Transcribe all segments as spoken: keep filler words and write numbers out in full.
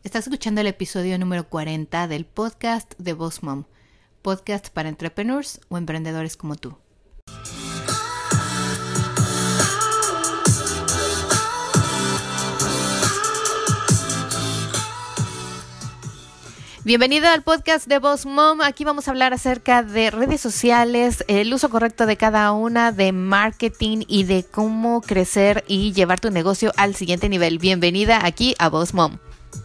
Estás escuchando el episodio número cuarenta del podcast de Boss Mom, podcast para entrepreneurs o emprendedores como tú. Bienvenida al podcast de Boss Mom. Aquí vamos a hablar acerca de redes sociales, el uso correcto de cada una, de marketing y de cómo crecer y llevar tu negocio al siguiente nivel. Bienvenida aquí a Boss Mom.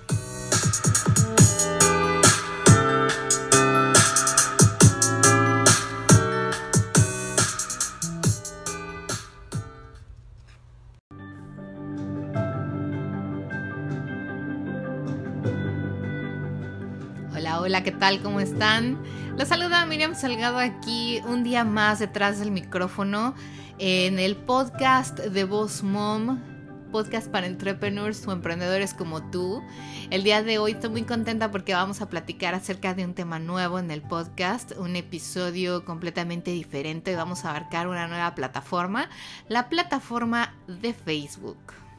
Hola, hola, ¿qué tal? ¿Cómo están? Los saluda Miriam Salgado aquí un día más detrás del micrófono en el podcast de Boss Mom, podcast para entrepreneurs o emprendedores como tú. El día de hoy estoy muy contenta porque vamos a platicar acerca de un tema nuevo en el podcast, un episodio completamente diferente. Vamos a abarcar una nueva plataforma, la plataforma de Facebook.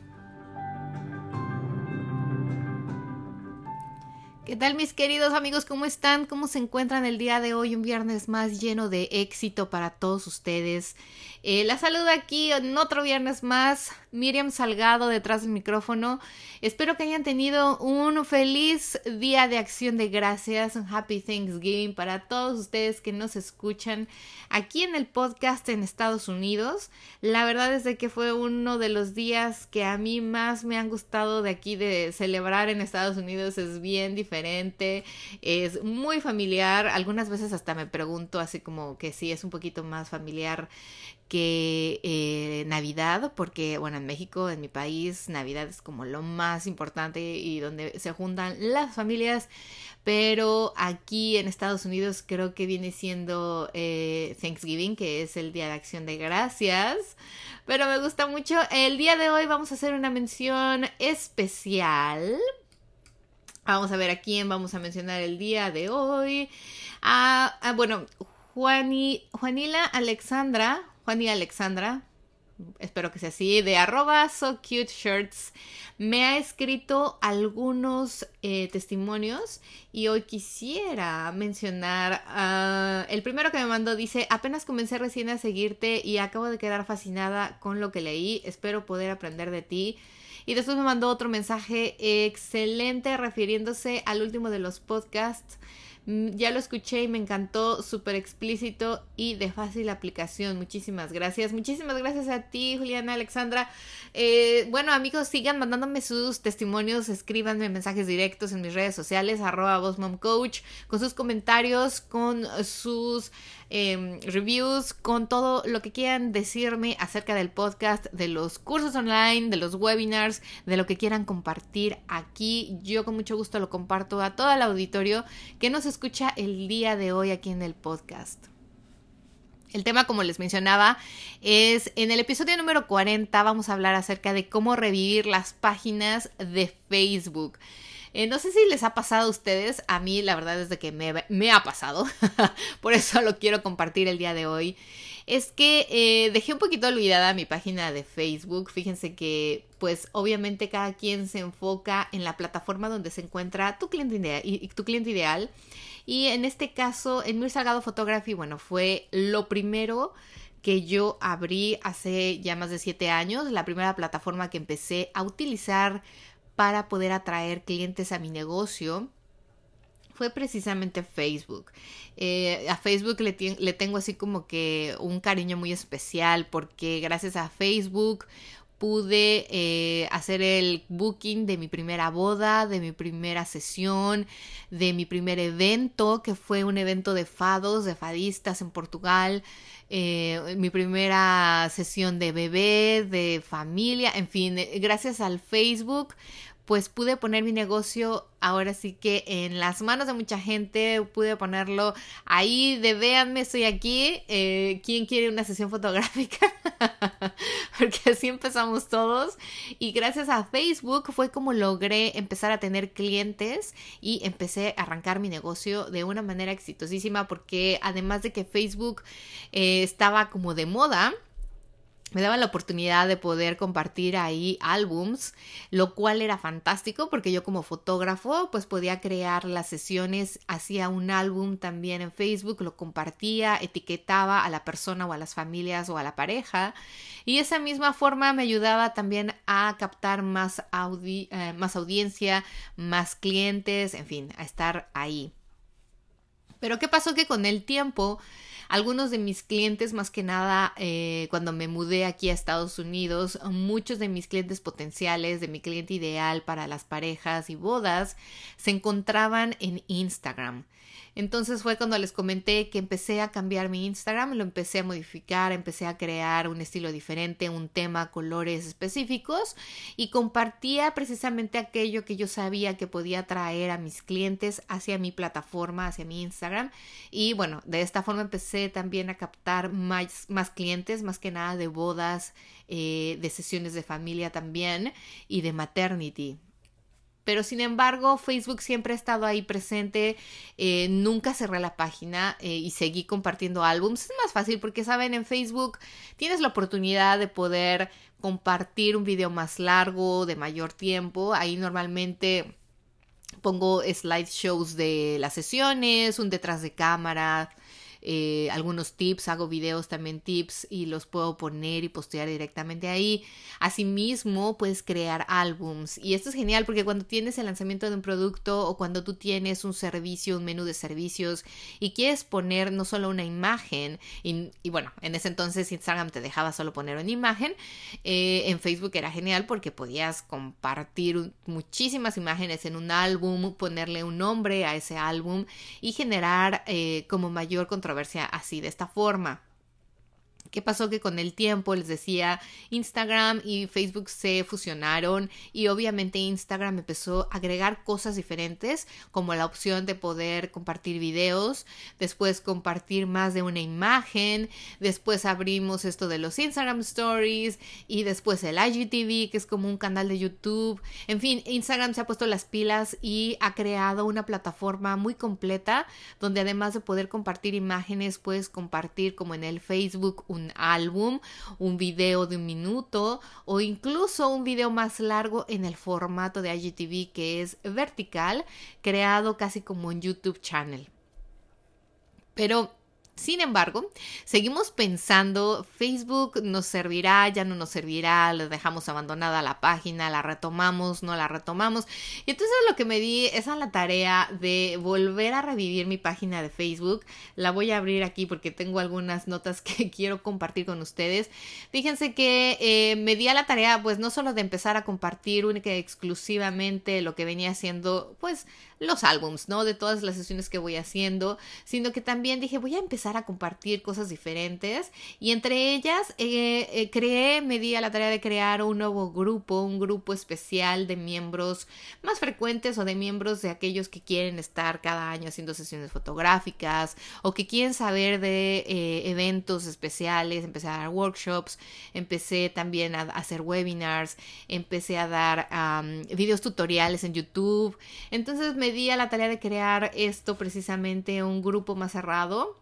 ¿Qué tal, mis queridos amigos? ¿Cómo están? ¿Cómo se encuentran el día de hoy? Un viernes más lleno de éxito para todos ustedes. Eh, la saludo aquí en otro viernes más. Miriam Salgado detrás del micrófono. Espero que hayan tenido un feliz día de acción de gracias. Un Happy Thanksgiving para todos ustedes que nos escuchan aquí en el podcast en Estados Unidos. La verdad es de que fue uno de los días que a mí más me han gustado de aquí de celebrar en Estados Unidos. Es bien diferente, es muy familiar. Algunas veces hasta me pregunto así como que sí es un poquito más familiar que eh, Navidad, porque bueno, en México, en mi país, Navidad es como lo más importante y donde se juntan las familias, pero aquí en Estados Unidos creo que viene siendo eh, Thanksgiving, que es el Día de Acción de Gracias, pero me gusta mucho. El día de hoy vamos a hacer una mención especial. Vamos a ver a quién vamos a mencionar el día de hoy. Ah, ah, bueno, Juani, Juanila Alexandra, Juani Alexandra, espero que sea así, de arroba so cute shirts, me ha escrito algunos eh, testimonios y hoy quisiera mencionar, uh, el primero que me mandó dice: apenas comencé recién a seguirte y acabo de quedar fascinada con lo que leí, espero poder aprender de ti. Y después me mandó otro mensaje excelente refiriéndose al último de los podcasts. Ya lo escuché y me encantó, súper explícito y de fácil aplicación. Muchísimas gracias. Muchísimas gracias a ti, Juliana Alexandra. Eh, bueno, amigos, sigan mandándome sus testimonios, escríbanme mensajes directos en mis redes sociales, arroba bossmomcoach, con sus comentarios, con sus eh, reviews, con todo lo que quieran decirme acerca del podcast, de los cursos online, de los webinars, de lo que quieran compartir aquí. Yo con mucho gusto lo comparto a todo el auditorio que nos escucha el día de hoy aquí en el podcast. El tema, como les mencionaba, es en el episodio número cuarenta vamos a hablar acerca de cómo revivir las páginas de Facebook. Eh, no sé si les ha pasado a ustedes, a mí la verdad es de que me, me ha pasado, por eso lo quiero compartir el día de hoy. Es que eh, dejé un poquito olvidada mi página de Facebook. Fíjense que pues obviamente cada quien se enfoca en la plataforma donde se encuentra tu cliente ideal, y, y tu cliente ideal. Y en este caso, en Mir Salgado Photography, bueno, fue lo primero que yo abrí hace ya más de siete años, la primera plataforma que empecé a utilizar para poder atraer clientes a mi negocio fue precisamente Facebook. Eh, a Facebook le, t- le tengo así como que un cariño muy especial porque gracias a Facebook pude eh, hacer el booking de mi primera boda, de mi primera sesión, de mi primer evento, que fue un evento de fados, de fadistas en Portugal, eh, mi primera sesión de bebé, de familia, en fin, gracias al Facebook pues pude poner mi negocio ahora sí que en las manos de mucha gente, pude ponerlo ahí de véanme, estoy aquí, eh, ¿quién quiere una sesión fotográfica? Porque así empezamos todos y gracias a Facebook fue como logré empezar a tener clientes y empecé a arrancar mi negocio de una manera exitosísima porque además de que Facebook eh, estaba como de moda, me daba la oportunidad de poder compartir ahí álbums, lo cual era fantástico porque yo como fotógrafo pues podía crear las sesiones, hacía un álbum también en Facebook, lo compartía, etiquetaba a la persona o a las familias o a la pareja y esa misma forma me ayudaba también a captar más, audi- eh, más audiencia, más clientes, en fin, a estar ahí. Pero ¿qué pasó? Que con el tiempo algunos de mis clientes, más que nada eh, cuando me mudé aquí a Estados Unidos, muchos de mis clientes potenciales, de mi cliente ideal para las parejas y bodas, se encontraban en Instagram. Entonces fue cuando les comenté que empecé a cambiar mi Instagram, lo empecé a modificar, empecé a crear un estilo diferente, un tema, colores específicos y compartía precisamente aquello que yo sabía que podía traer a mis clientes hacia mi plataforma, hacia mi Instagram. Y bueno, de esta forma empecé también a captar más, más clientes, más que nada de bodas, eh, de sesiones de familia también y de maternity. Pero sin embargo, Facebook siempre ha estado ahí presente, eh, nunca cerré la página eh, y seguí compartiendo álbums. Es más fácil porque, saben, en Facebook tienes la oportunidad de poder compartir un video más largo, de mayor tiempo. Ahí normalmente pongo slideshows de las sesiones, un detrás de cámara, eh, algunos tips, hago videos también tips y los puedo poner y postear directamente ahí. Asimismo, puedes crear álbums y esto es genial porque cuando tienes el lanzamiento de un producto o cuando tú tienes un servicio, un menú de servicios y quieres poner no solo una imagen y, y bueno, en ese entonces Instagram te dejaba solo poner una imagen, eh, en Facebook era genial porque podías compartir un, muchísimas imágenes en un álbum, ponerle un nombre a ese álbum y generar eh, como mayor controversia así de esta forma. ¿Qué pasó? Que con el tiempo, les decía, Instagram y Facebook se fusionaron y obviamente Instagram empezó a agregar cosas diferentes como la opción de poder compartir videos, después compartir más de una imagen, después abrimos esto de los Instagram Stories y después el I G T V, que es como un canal de YouTube. En fin, Instagram se ha puesto las pilas y ha creado una plataforma muy completa donde además de poder compartir imágenes, puedes compartir como en el Facebook un un álbum, un video de un minuto o incluso un video más largo en el formato de I G T V que es vertical, creado casi como un YouTube channel. Pero sin embargo, seguimos pensando, Facebook nos servirá, ya no nos servirá, le dejamos abandonada la página, la retomamos, no la retomamos. Y entonces lo que me di es a la tarea de volver a revivir mi página de Facebook. La voy a abrir aquí porque tengo algunas notas que quiero compartir con ustedes. Fíjense que eh, me di a la tarea, pues no solo de empezar a compartir única y exclusivamente lo que venía haciendo, pues los álbums, ¿no? De todas las sesiones que voy haciendo, sino que también dije, voy a empezar a compartir cosas diferentes y entre ellas eh, eh, creé, me di a la tarea de crear un nuevo grupo, un grupo especial de miembros más frecuentes o de miembros de aquellos que quieren estar cada año haciendo sesiones fotográficas o que quieren saber de eh, eventos especiales. Empecé a dar workshops, empecé también a, a hacer webinars, empecé a dar um, videos tutoriales en YouTube. Entonces me di a la tarea de crear esto precisamente, un grupo más cerrado.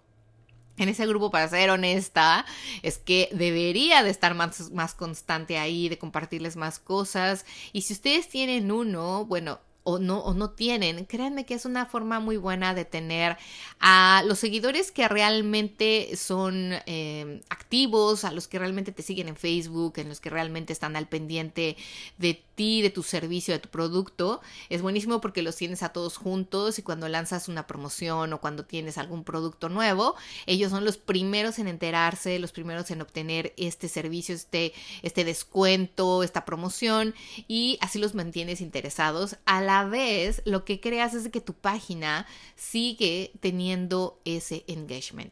En ese grupo, para ser honesta, es que debería de estar más, más constante ahí, de compartirles más cosas. Y si ustedes tienen uno, bueno, o no, o no tienen, créanme que es una forma muy buena de tener a los seguidores que realmente son eh, activos, a los que realmente te siguen en Facebook, en los que realmente están al pendiente de ti, de tu servicio, de tu producto. Es buenísimo porque los tienes a todos juntos y cuando lanzas una promoción o cuando tienes algún producto nuevo, ellos son los primeros en enterarse, los primeros en obtener este servicio, este, este descuento, esta promoción, y así los mantienes interesados. A la vez, lo que creas es que tu página sigue teniendo ese engagement.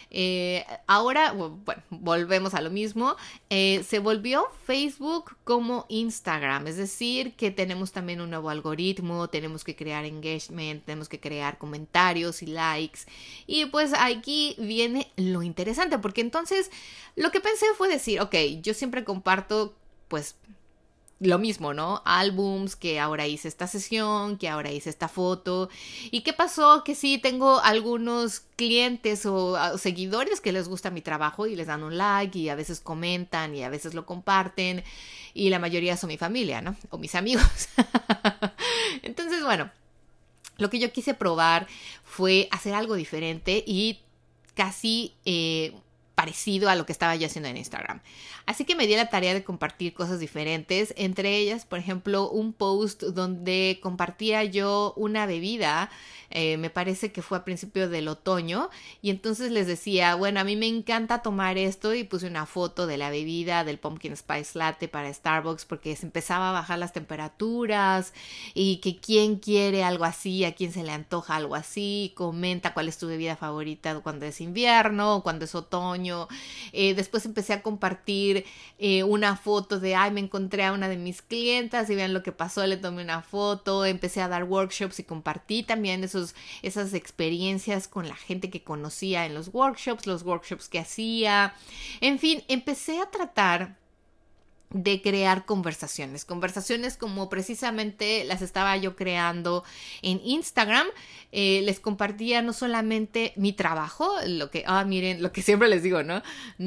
Eh, ahora, bueno, volvemos a lo mismo. Eh, se volvió Facebook como Instagram, es decir, que tenemos también un nuevo algoritmo, tenemos que crear engagement, tenemos que crear comentarios y likes. Y pues aquí viene lo interesante, porque entonces lo que pensé fue decir, ok, yo siempre comparto, pues, lo mismo, ¿no? Álbums, que ahora hice esta sesión, que ahora hice esta foto. ¿Y qué pasó? Que sí, tengo algunos clientes o, o seguidores que les gusta mi trabajo y les dan un like y a veces comentan y a veces lo comparten. Y la mayoría son mi familia, ¿no? O mis amigos. Entonces, bueno, lo que yo quise probar fue hacer algo diferente y casi eh, parecido a lo que estaba yo haciendo en Instagram. Así que me di la tarea de compartir cosas diferentes, entre ellas, por ejemplo, un post donde compartía yo una bebida, eh, me parece que fue a principio del otoño, y entonces les decía, bueno, a mí me encanta tomar esto, y puse una foto de la bebida, del Pumpkin Spice Latte para Starbucks, porque se empezaba a bajar las temperaturas, y que quién quiere algo así, a quién se le antoja algo así, comenta cuál es tu bebida favorita cuando es invierno, o cuando es otoño. Eh, después empecé a compartir eh, una foto de, ay, me encontré a una de mis clientas y vean lo que pasó, le tomé una foto, empecé a dar workshops y compartí también esos, esas experiencias con la gente que conocía en los workshops, los workshops que hacía. En fin, empecé a tratar de crear conversaciones, conversaciones como precisamente las estaba yo creando en Instagram. Eh, les compartía no solamente mi trabajo, lo que, ah, miren, lo que siempre les digo, ¿no?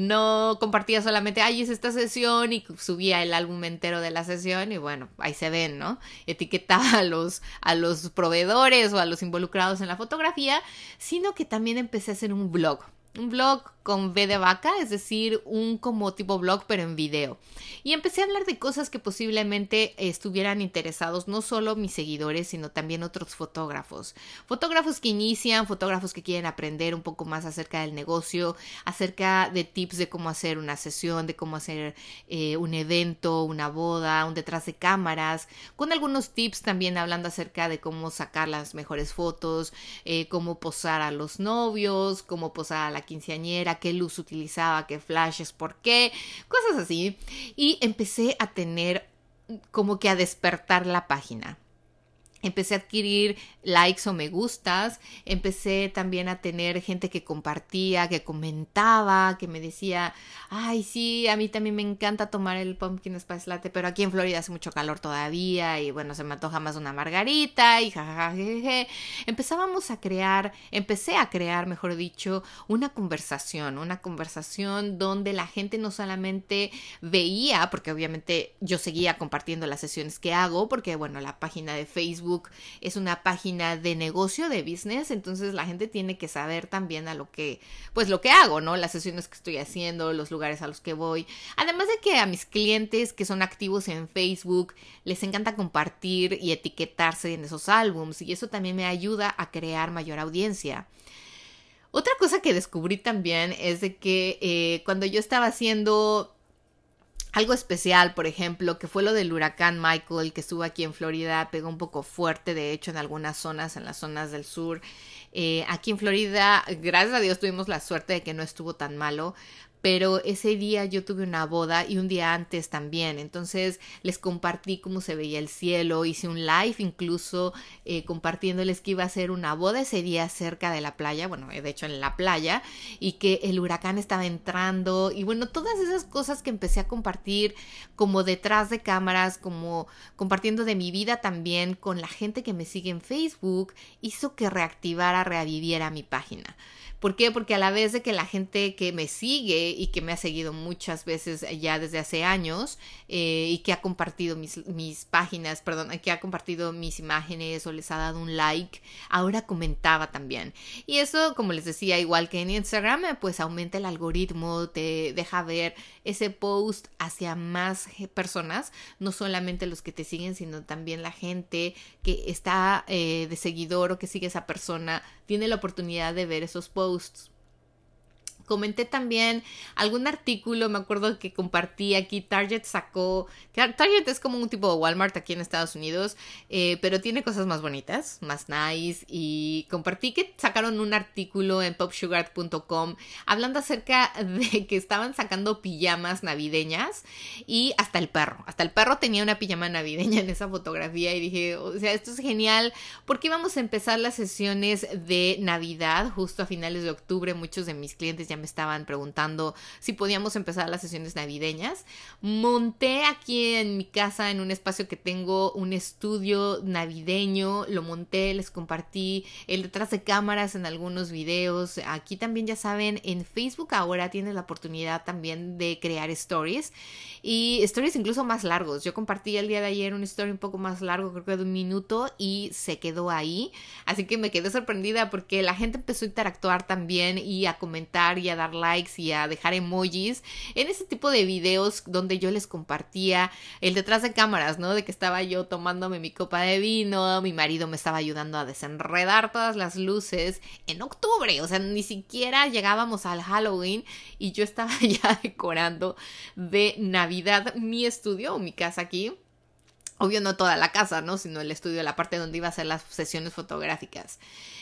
No compartía solamente, ay, es esta sesión y subía el álbum entero de la sesión y bueno, ahí se ven, ¿no? Etiquetaba a los, a los proveedores o a los involucrados en la fotografía, sino que también empecé a hacer un blog. Un blog con V de vaca, es decir, un como tipo blog pero en video. Y empecé a hablar de cosas que posiblemente estuvieran interesados no solo mis seguidores, sino también otros fotógrafos. Fotógrafos que inician, fotógrafos que quieren aprender un poco más acerca del negocio, acerca de tips de cómo hacer una sesión, de cómo hacer eh, un evento, una boda, un detrás de cámaras, con algunos tips también hablando acerca de cómo sacar las mejores fotos, eh, cómo posar a los novios, cómo posar a la quinceañera, qué luz utilizaba, qué flashes, por qué, cosas así. Y empecé a tener como que a despertar la página. Empecé a adquirir likes o me gustas, empecé también a tener gente que compartía, que comentaba, que me decía, ay sí, a mí también me encanta tomar el Pumpkin Spice Latte, pero aquí en Florida hace mucho calor todavía y bueno, se me antoja más una margarita y jajaja. Empezábamos a crear, empecé a crear, mejor dicho, una conversación, una conversación donde la gente no solamente veía, porque obviamente yo seguía compartiendo las sesiones que hago, porque bueno, la página de Facebook es una página de negocio, de business, entonces la gente tiene que saber también a lo que, pues lo que hago, ¿no? Las sesiones que estoy haciendo, los lugares a los que voy. Además de que a mis clientes que son activos en Facebook les encanta compartir y etiquetarse en esos álbums y eso también me ayuda a crear mayor audiencia. Otra cosa que descubrí también es de que eh, cuando yo estaba haciendo algo especial, por ejemplo, que fue lo del huracán Michael, que estuvo aquí en Florida, pegó un poco fuerte, de hecho, en algunas zonas, en las zonas del sur. Eh, aquí en Florida, gracias a Dios, tuvimos la suerte de que no estuvo tan malo, pero ese día yo tuve una boda y un día antes también, entonces les compartí cómo se veía el cielo, hice un live incluso eh, compartiéndoles que iba a ser una boda ese día cerca de la playa, bueno, de hecho en la playa, y que el huracán estaba entrando, y bueno, todas esas cosas que empecé a compartir como detrás de cámaras, como compartiendo de mi vida también con la gente que me sigue en Facebook, hizo que reactivara, reviviera mi página. ¿Por qué? Porque a la vez de que la gente que me sigue y que me ha seguido muchas veces ya desde hace años eh, y que ha compartido mis, mis páginas, perdón, que ha compartido mis imágenes o les ha dado un like, ahora comentaba también. Y eso, como les decía, igual que en Instagram, pues aumenta el algoritmo, te deja ver ese post hacia más personas, no solamente los que te siguen, sino también la gente que está eh, de seguidor o que sigue a esa persona, tiene la oportunidad de ver esos posts. Comenté también algún artículo, me acuerdo que compartí aquí, Target sacó, Target es como un tipo de Walmart aquí en Estados Unidos, eh, pero tiene cosas más bonitas, más nice, y compartí que sacaron un artículo en pop sugar punto com hablando acerca de que estaban sacando pijamas navideñas y hasta el perro, hasta el perro tenía una pijama navideña en esa fotografía y dije, o sea, esto es genial porque vamos a empezar las sesiones de Navidad justo a finales de octubre, muchos de mis clientes ya ya me estaban preguntando si podíamos empezar las sesiones navideñas. Monté aquí en mi casa, en un espacio que tengo, un estudio navideño, lo monté, les compartí el detrás de cámaras en algunos videos. Aquí también, ya saben, en Facebook ahora tienes la oportunidad también de crear stories, y stories incluso más largos. Yo compartí el día de ayer un story un poco más largo, creo que de un minuto, y se quedó ahí, así que me quedé sorprendida porque la gente empezó a interactuar también y a comentar y a dar likes y a dejar emojis en ese tipo de videos donde yo les compartía el detrás de cámaras, ¿no? De que estaba yo tomándome mi copa de vino, mi marido me estaba ayudando a desenredar todas las luces en octubre, o sea, ni siquiera llegábamos al Halloween y yo estaba ya decorando de Navidad mi estudio o mi casa aquí. Obvio no toda la casa, ¿no? Sino el estudio, la parte donde iba a hacer las sesiones fotográficas.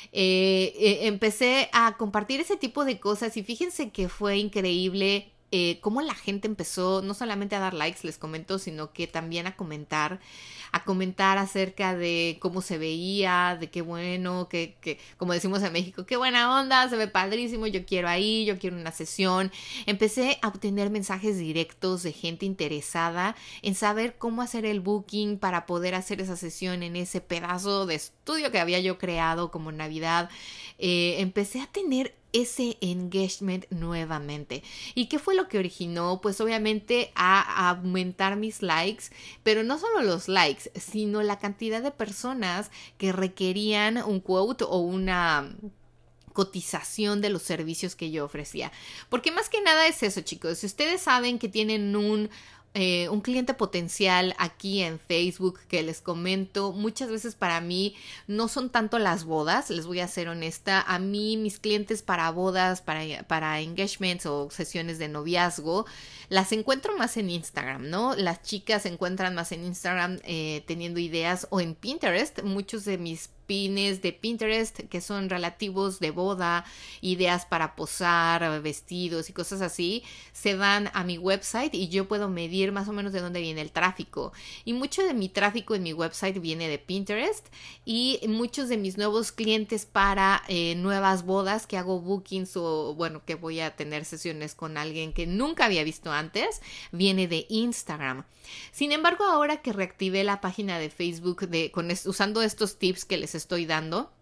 Eh, eh, empecé a compartir ese tipo de cosas y fíjense que fue increíble eh, cómo la gente empezó no solamente a dar likes, les comento, sino que también a comentar, a comentar acerca de cómo se veía, de qué bueno, que, que como decimos en México, qué buena onda, se ve padrísimo, yo quiero ahí, yo quiero una sesión. Empecé a obtener mensajes directos de gente interesada en saber cómo hacer el booking para poder hacer esa sesión en ese pedazo de estudio que había yo creado como Navidad. Eh, empecé a tener ese engagement nuevamente. ¿Y qué fue lo que originó? Pues obviamente a, a aumentar mis likes, pero no solo los likes, sino la cantidad de personas que requerían un quote o una cotización de los servicios que yo ofrecía. Porque más que nada es eso, chicos. Si ustedes saben que tienen un Eh, un cliente potencial aquí en Facebook, que les comento, muchas veces para mí no son tanto las bodas, les voy a ser honesta. A mí mis clientes para bodas, para, para engagements o sesiones de noviazgo, las encuentro más en Instagram, ¿no? Las chicas se encuentran más en Instagram eh, teniendo ideas, o en Pinterest. Muchos de mis pines de Pinterest que son relativos de boda, ideas para posar, vestidos y cosas así, se van a mi website y yo puedo medir más o menos de dónde viene el tráfico. Y mucho de mi tráfico en mi website viene de Pinterest, y muchos de mis nuevos clientes para eh, nuevas bodas que hago bookings, o bueno, que voy a tener sesiones con alguien que nunca había visto antes, viene de Instagram. Sin embargo, ahora que reactivé la página de Facebook de, con, usando estos tips que les estoy dando,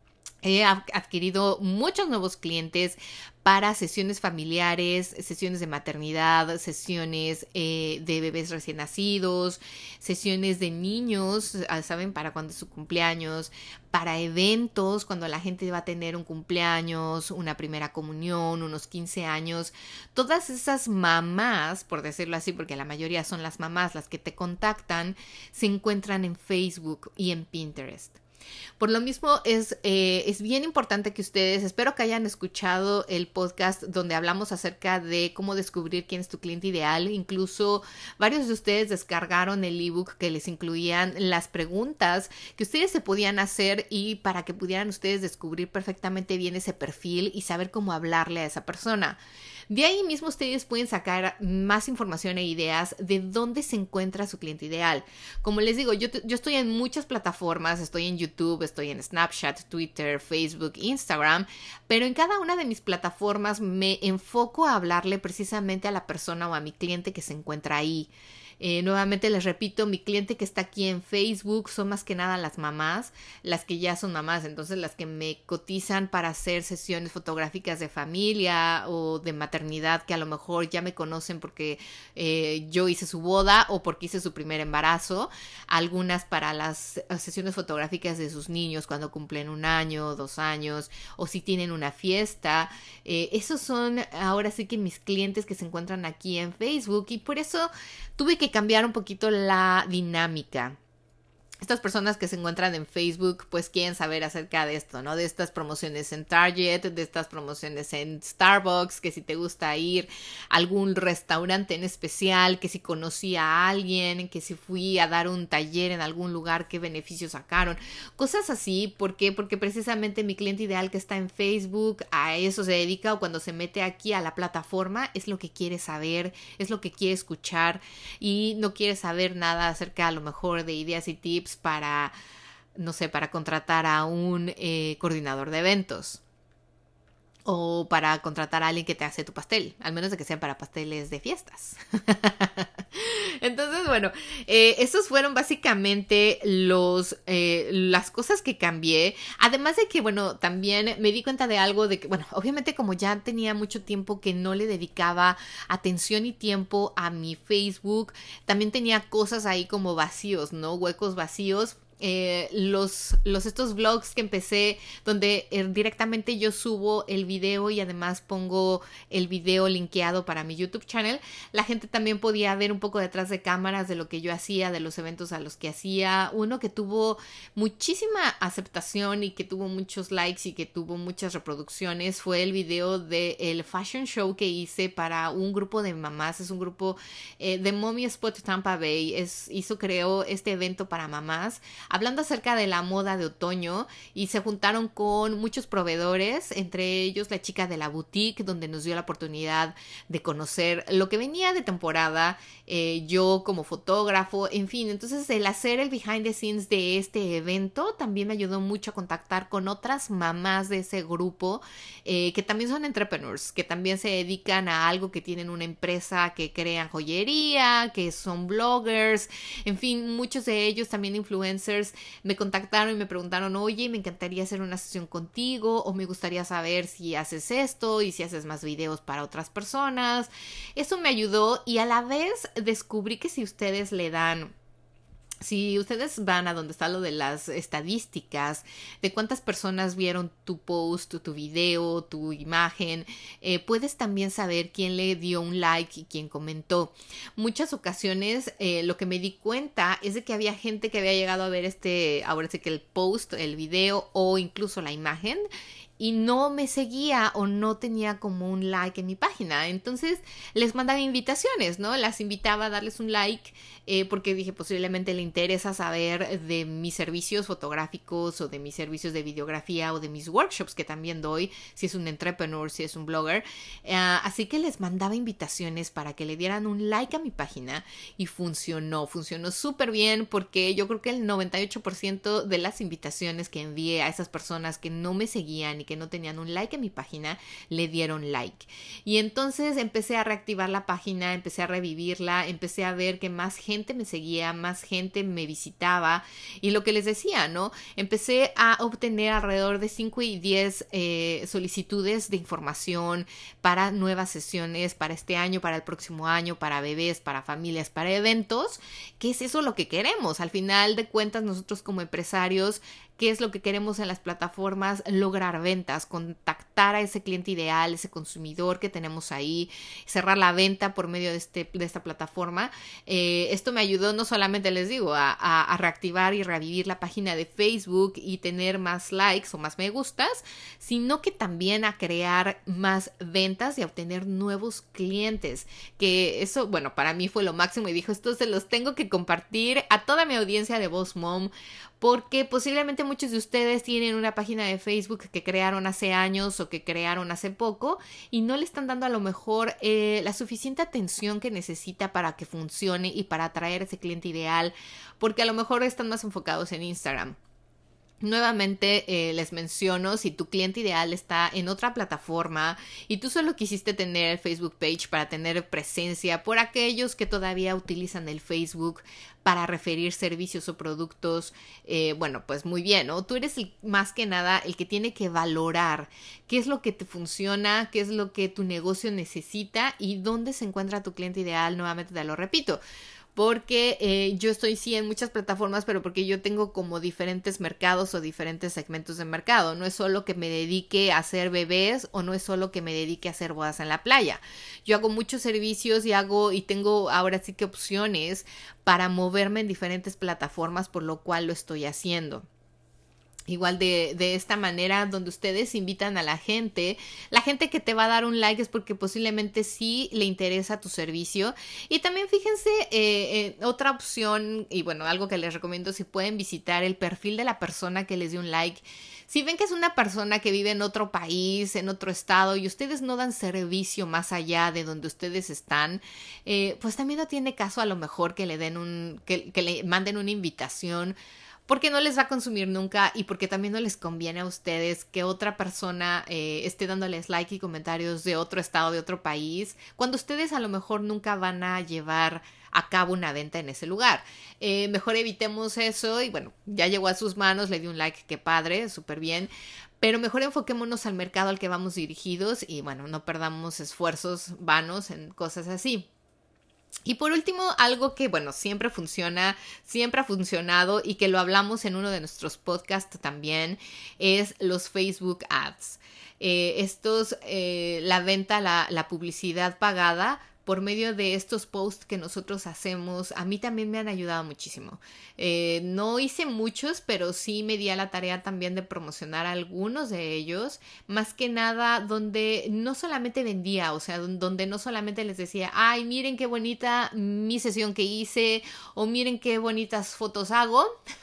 he adquirido muchos nuevos clientes para sesiones familiares, sesiones de maternidad, sesiones eh, de bebés recién nacidos, sesiones de niños, ¿saben? Para cuando es su cumpleaños, para eventos, cuando la gente va a tener un cumpleaños, una primera comunión, unos quince años. Todas esas mamás, por decirlo así, porque la mayoría son las mamás las que te contactan, se encuentran en Facebook y en Pinterest. Por lo mismo es, eh, es bien importante que ustedes, espero que hayan escuchado el podcast donde hablamos acerca de cómo descubrir quién es tu cliente ideal. Incluso varios de ustedes descargaron el ebook que les incluían las preguntas que ustedes se podían hacer, y para que pudieran ustedes descubrir perfectamente bien ese perfil y saber cómo hablarle a esa persona. De ahí mismo ustedes pueden sacar más información e ideas de dónde se encuentra su cliente ideal. Como les digo, yo, yo estoy en muchas plataformas, estoy en YouTube, estoy en Snapchat, Twitter, Facebook, Instagram, pero en cada una de mis plataformas me enfoco a hablarle precisamente a la persona o a mi cliente que se encuentra ahí. Eh, nuevamente les repito, mi cliente que está aquí en Facebook son más que nada las mamás, las que ya son mamás, entonces las que me cotizan para hacer sesiones fotográficas de familia o de maternidad, que a lo mejor ya me conocen porque eh, yo hice su boda o porque hice su primer embarazo. Algunas para las sesiones fotográficas de sus niños cuando cumplen un año, dos años, o si tienen una fiesta. Eh, esos son ahora sí que mis clientes que se encuentran aquí en Facebook, y por eso tuve que cambiar un poquito la dinámica. Estas personas que se encuentran en Facebook pues quieren saber acerca de esto, ¿no? De estas promociones en Target, de estas promociones en Starbucks, que si te gusta ir a algún restaurante en especial, que si conocí a alguien, que si fui a dar un taller en algún lugar, qué beneficios sacaron. Cosas así. ¿Por qué? Porque precisamente mi cliente ideal que está en Facebook a eso se dedica, o cuando se mete aquí a la plataforma es lo que quiere saber, es lo que quiere escuchar, y no quiere saber nada acerca a lo mejor de ideas y tips para, no sé, para contratar a un eh, coordinador de eventos. o para contratar a alguien que te hace tu pastel, al menos de que sean para pasteles de fiestas. Entonces, bueno, eh, esos fueron básicamente los, eh, las cosas que cambié. Además de que, bueno, también me di cuenta de algo de que, bueno, obviamente como ya tenía mucho tiempo que no le dedicaba atención y tiempo a mi Facebook, también tenía cosas ahí como vacíos, ¿no? Huecos vacíos. Eh, los, los estos vlogs que empecé donde eh, directamente yo subo el video y además pongo el video linkeado para mi YouTube channel, la gente también podía ver un poco detrás de cámaras de lo que yo hacía, de los eventos a los que hacía. Uno que tuvo muchísima aceptación y que tuvo muchos likes y que tuvo muchas reproducciones fue el video del fashion show que hice para un grupo de mamás. Es un grupo eh, de Mommy Spot Tampa Bay. Es, hizo, creó este evento para mamás hablando acerca de la moda de otoño, y se juntaron con muchos proveedores, entre ellos la chica de la boutique, donde nos dio la oportunidad de conocer lo que venía de temporada, eh, yo como fotógrafo, en fin. Entonces el hacer el behind the scenes de este evento también me ayudó mucho a contactar con otras mamás de ese grupo, eh, que también son entrepreneurs, que también se dedican a algo, que tienen una empresa, que crean joyería, que son bloggers, en fin, muchos de ellos también influencers. Me contactaron y me preguntaron, oye, me encantaría hacer una sesión contigo, o me gustaría saber si haces esto y si haces más videos para otras personas. Eso me ayudó, y a la vez descubrí que si ustedes le dan Si ustedes van a donde está lo de las estadísticas, de cuántas personas vieron tu post, tu, tu video, tu imagen, eh, puedes también saber quién le dio un like y quién comentó. Muchas ocasiones eh, lo que me di cuenta es de que había gente que había llegado a ver este, ahora sí que el post, el video o incluso la imagen, y no me seguía o no tenía como un like en mi página. Entonces les mandaba invitaciones, ¿no? Las invitaba a darles un like, eh, porque dije, posiblemente le interesa saber de mis servicios fotográficos o de mis servicios de videografía o de mis workshops que también doy, si es un entrepreneur, si es un blogger. Uh, así que les mandaba invitaciones para que le dieran un like a mi página, y funcionó, funcionó súper bien, porque yo creo que el noventa y ocho por ciento de las invitaciones que envié a esas personas que no me seguían y que no tenían un like en mi página, le dieron like. Y entonces empecé a reactivar la página, empecé a revivirla, empecé a ver que más gente me seguía, más gente me visitaba, y lo que les decía, ¿no? Empecé a obtener alrededor de cinco y diez eh, solicitudes de información para nuevas sesiones para este año, para el próximo año, para bebés, para familias, para eventos, que es eso lo que queremos. Al final de cuentas, nosotros como empresarios, ¿qué es lo que queremos en las plataformas? Lograr ventas, contactar a ese cliente ideal, ese consumidor que tenemos ahí, cerrar la venta por medio de, este, de esta plataforma. Eh, esto me ayudó, no solamente les digo, a, a, a reactivar y revivir la página de Facebook y tener más likes o más me gustas, sino que también a crear más ventas y a obtener nuevos clientes. Que eso, bueno, para mí fue lo máximo, y dijo, esto se los tengo que compartir a toda mi audiencia de Boss Mom, porque posiblemente muchos de ustedes tienen una página de Facebook que crearon hace años o que crearon hace poco y no le están dando a lo mejor eh, la suficiente atención que necesita para que funcione y para atraer a ese cliente ideal, porque a lo mejor están más enfocados en Instagram. Nuevamente eh, les menciono, si tu cliente ideal está en otra plataforma y tú solo quisiste tener el Facebook page para tener presencia por aquellos que todavía utilizan el Facebook para referir servicios o productos, eh, bueno, pues muy bien, ¿no? Tú eres el, más que nada el que tiene que valorar qué es lo que te funciona, qué es lo que tu negocio necesita y dónde se encuentra tu cliente ideal. Nuevamente te lo repito, porque eh, yo estoy sí en muchas plataformas, pero porque yo tengo como diferentes mercados o diferentes segmentos de mercado. No es solo que me dedique a hacer bebés o no es solo que me dedique a hacer bodas en la playa. Yo hago muchos servicios y hago y tengo ahora sí que opciones para moverme en diferentes plataformas, por lo cual lo estoy haciendo. Igual de, de esta manera, donde ustedes invitan a la gente, la gente que te va a dar un like es porque posiblemente sí le interesa tu servicio. Y también fíjense, eh, eh, otra opción, y bueno, algo que les recomiendo, si pueden visitar el perfil de la persona que les dio un like. Si ven que es una persona que vive en otro país, en otro estado, y ustedes no dan servicio más allá de donde ustedes están, eh, pues también no tiene caso a lo mejor que le den un, que, que le manden una invitación, porque no les va a consumir nunca y porque también no les conviene a ustedes que otra persona eh, esté dándoles like y comentarios de otro estado, de otro país, cuando ustedes a lo mejor nunca van a llevar a cabo una venta en ese lugar. Eh, mejor evitemos eso y bueno, ya llegó a sus manos, le di un like, qué padre, súper bien. Pero mejor enfoquémonos al mercado al que vamos dirigidos y bueno, no perdamos esfuerzos vanos en cosas así. Y por último, algo que, bueno, siempre funciona, siempre ha funcionado y que lo hablamos en uno de nuestros podcasts también, es los Facebook Ads. Eh, estos, eh, la venta, la, la publicidad pagada por medio de estos posts que nosotros hacemos, a mí también me han ayudado muchísimo. Eh, no hice muchos, pero sí me di a la tarea también de promocionar algunos de ellos, más que nada donde no solamente vendía, o sea, donde no solamente les decía, ay, miren qué bonita mi sesión que hice, o miren qué bonitas fotos hago,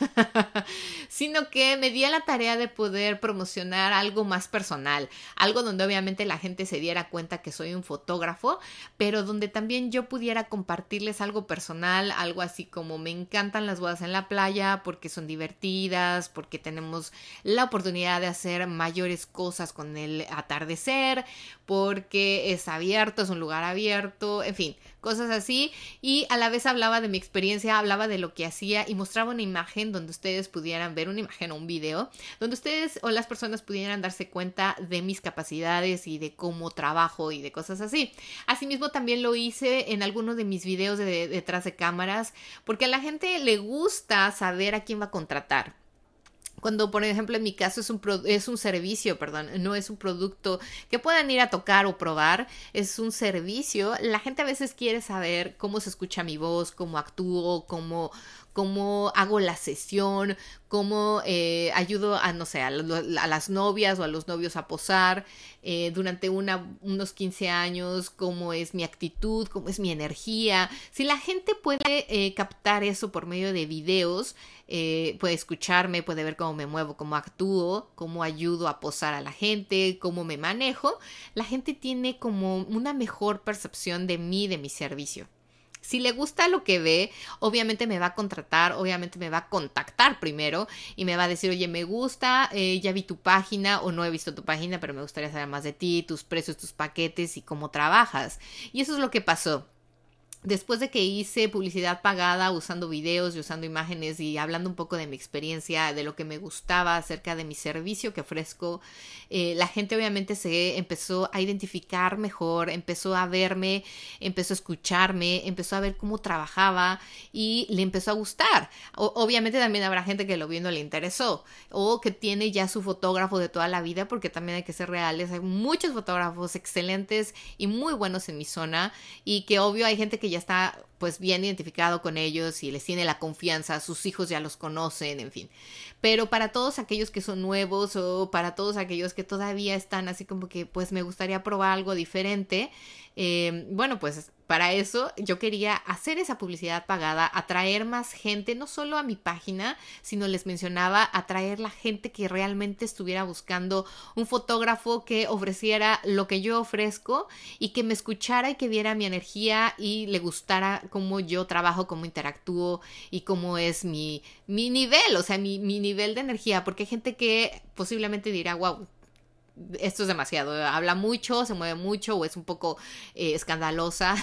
sino que me di a la tarea de poder promocionar algo más personal, algo donde obviamente la gente se diera cuenta que soy un fotógrafo, pero donde también yo pudiera compartirles algo personal, algo así como me encantan las bodas en la playa porque son divertidas, porque tenemos la oportunidad de hacer mayores cosas con el atardecer, porque es abierto, es un lugar abierto, en fin, cosas así. Y a la vez hablaba de mi experiencia, hablaba de lo que hacía y mostraba una imagen donde ustedes pudieran ver, una imagen o un video, donde ustedes o las personas pudieran darse cuenta de mis capacidades y de cómo trabajo y de cosas así. Asimismo también lo hice en algunos de mis videos de, de, detrás de cámaras, porque a la gente le gusta saber a quién va a contratar. Cuando, por ejemplo, en mi caso es un, pro, es un servicio, perdón, no es un producto que puedan ir a tocar o probar, es un servicio. La gente a veces quiere saber cómo se escucha mi voz, cómo actúo, cómo, cómo hago la sesión, cómo eh, ayudo a, no sé, a, a las novias o a los novios a posar eh, durante una, unos quince años, cómo es mi actitud, cómo es mi energía. Si la gente puede eh, captar eso por medio de videos, eh, puede escucharme, puede ver cómo me muevo, cómo actúo, cómo ayudo a posar a la gente, cómo me manejo, la gente tiene como una mejor percepción de mí, de mi servicio. Si le gusta lo que ve, obviamente me va a contratar, obviamente me va a contactar primero y me va a decir, oye, me gusta, eh, ya vi tu página o no he visto tu página, pero me gustaría saber más de ti, tus precios, tus paquetes y cómo trabajas. Y eso es lo que pasó. Después de que hice publicidad pagada usando videos y usando imágenes y hablando un poco de mi experiencia, de lo que me gustaba acerca de mi servicio que ofrezco, eh, la gente obviamente se empezó a identificar mejor, empezó a verme, empezó a escucharme, empezó a ver cómo trabajaba y le empezó a gustar. O, obviamente también habrá gente que lo vio y no le interesó o que tiene ya su fotógrafo de toda la vida, porque también hay que ser reales. Hay muchos fotógrafos excelentes y muy buenos en mi zona y que obvio hay gente que ya está pues bien identificado con ellos y les tiene la confianza, sus hijos ya los conocen, en fin. Pero para todos aquellos que son nuevos o para todos aquellos que todavía están así como que pues me gustaría probar algo diferente, eh, bueno, pues para eso yo quería hacer esa publicidad pagada, atraer más gente, no solo a mi página, sino les mencionaba, atraer la gente que realmente estuviera buscando un fotógrafo que ofreciera lo que yo ofrezco y que me escuchara y que viera mi energía y le gustara cómo yo trabajo, cómo interactúo y cómo es mi, mi nivel, o sea, mi, mi nivel de energía, porque hay gente que posiblemente dirá, wow, esto es demasiado, habla mucho, se mueve mucho o es un poco eh, escandalosa.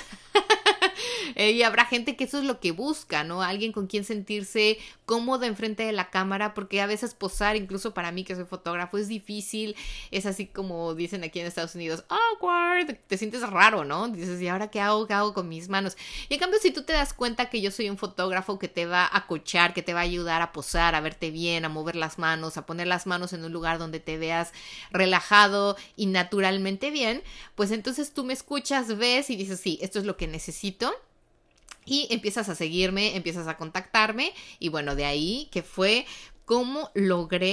Eh, y habrá gente que eso es lo que busca, ¿no? Alguien con quien sentirse cómodo enfrente de la cámara, porque a veces posar, incluso para mí que soy fotógrafo, es difícil, es así como dicen aquí en Estados Unidos, awkward, te sientes raro, ¿no? Dices, ¿y ahora qué hago? ¿Qué hago con mis manos? Y en cambio, si tú te das cuenta que yo soy un fotógrafo que te va a coachar, que te va a ayudar a posar, a verte bien, a mover las manos, a poner las manos en un lugar donde te veas relajado y naturalmente bien, pues entonces tú me escuchas, ves y dices, sí, esto es lo que necesito. Y empiezas a seguirme, empiezas a contactarme y bueno, de ahí que fue cómo logré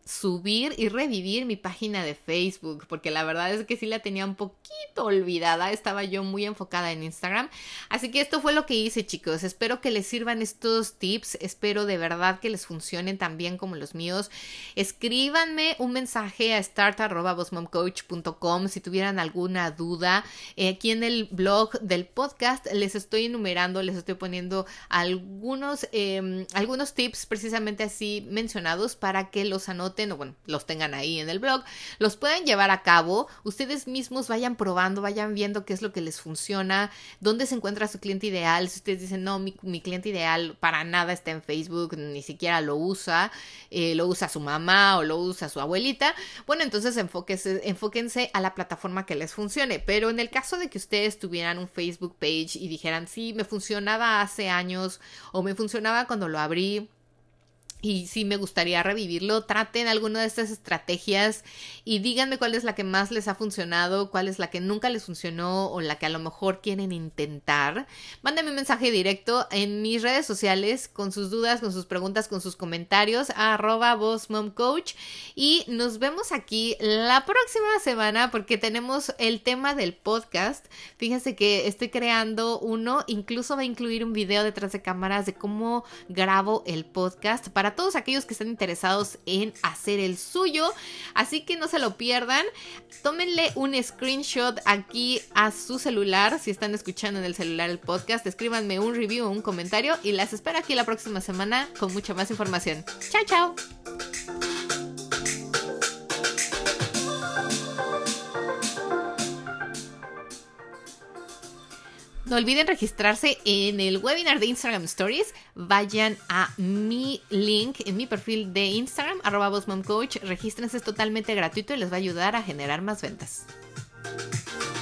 subir y revivir mi página de Facebook, porque la verdad es que sí la tenía un poquito olvidada, estaba yo muy enfocada en Instagram, así que esto fue lo que hice, chicos. Espero que les sirvan estos tips, espero de verdad que les funcionen tan bien como los míos. Escríbanme un mensaje a start arroba boss mom coach punto com si tuvieran alguna duda. Eh, aquí en el blog del podcast les estoy enumerando, les estoy poniendo algunos, eh, algunos tips precisamente así mencionados para que los anoten o bueno, los tengan ahí en el blog, los pueden llevar a cabo, ustedes mismos vayan probando, vayan viendo qué es lo que les funciona, dónde se encuentra su cliente ideal. Si ustedes dicen, no, mi, mi cliente ideal para nada está en Facebook, ni siquiera lo usa, eh, lo usa su mamá o lo usa su abuelita, bueno, entonces enfóquense, enfóquense a la plataforma que les funcione. Pero en el caso de que ustedes tuvieran un Facebook page y dijeran, sí, me funcionaba hace años o me funcionaba cuando lo abrí, y sí me gustaría revivirlo, traten alguna de estas estrategias y díganme cuál es la que más les ha funcionado, cuál es la que nunca les funcionó o la que a lo mejor quieren intentar. Mándenme un mensaje directo en mis redes sociales con sus dudas, con sus preguntas, con sus comentarios a arroba bossmomcoach, y nos vemos aquí la próxima semana porque tenemos el tema del podcast. Fíjense que estoy creando uno, incluso va a incluir un video detrás de cámaras de cómo grabo el podcast para todos aquellos que están interesados en hacer el suyo, así que no se lo pierdan. Tómenle un screenshot aquí a su celular si están escuchando en el celular el podcast, escríbanme un review o un comentario y las espero aquí la próxima semana con mucha más información. Chao, chao. No olviden registrarse en el webinar de Instagram Stories. Vayan a mi link en mi perfil de Instagram, arroba bossmomcoach. Regístrense, es totalmente gratuito y les va a ayudar a generar más ventas.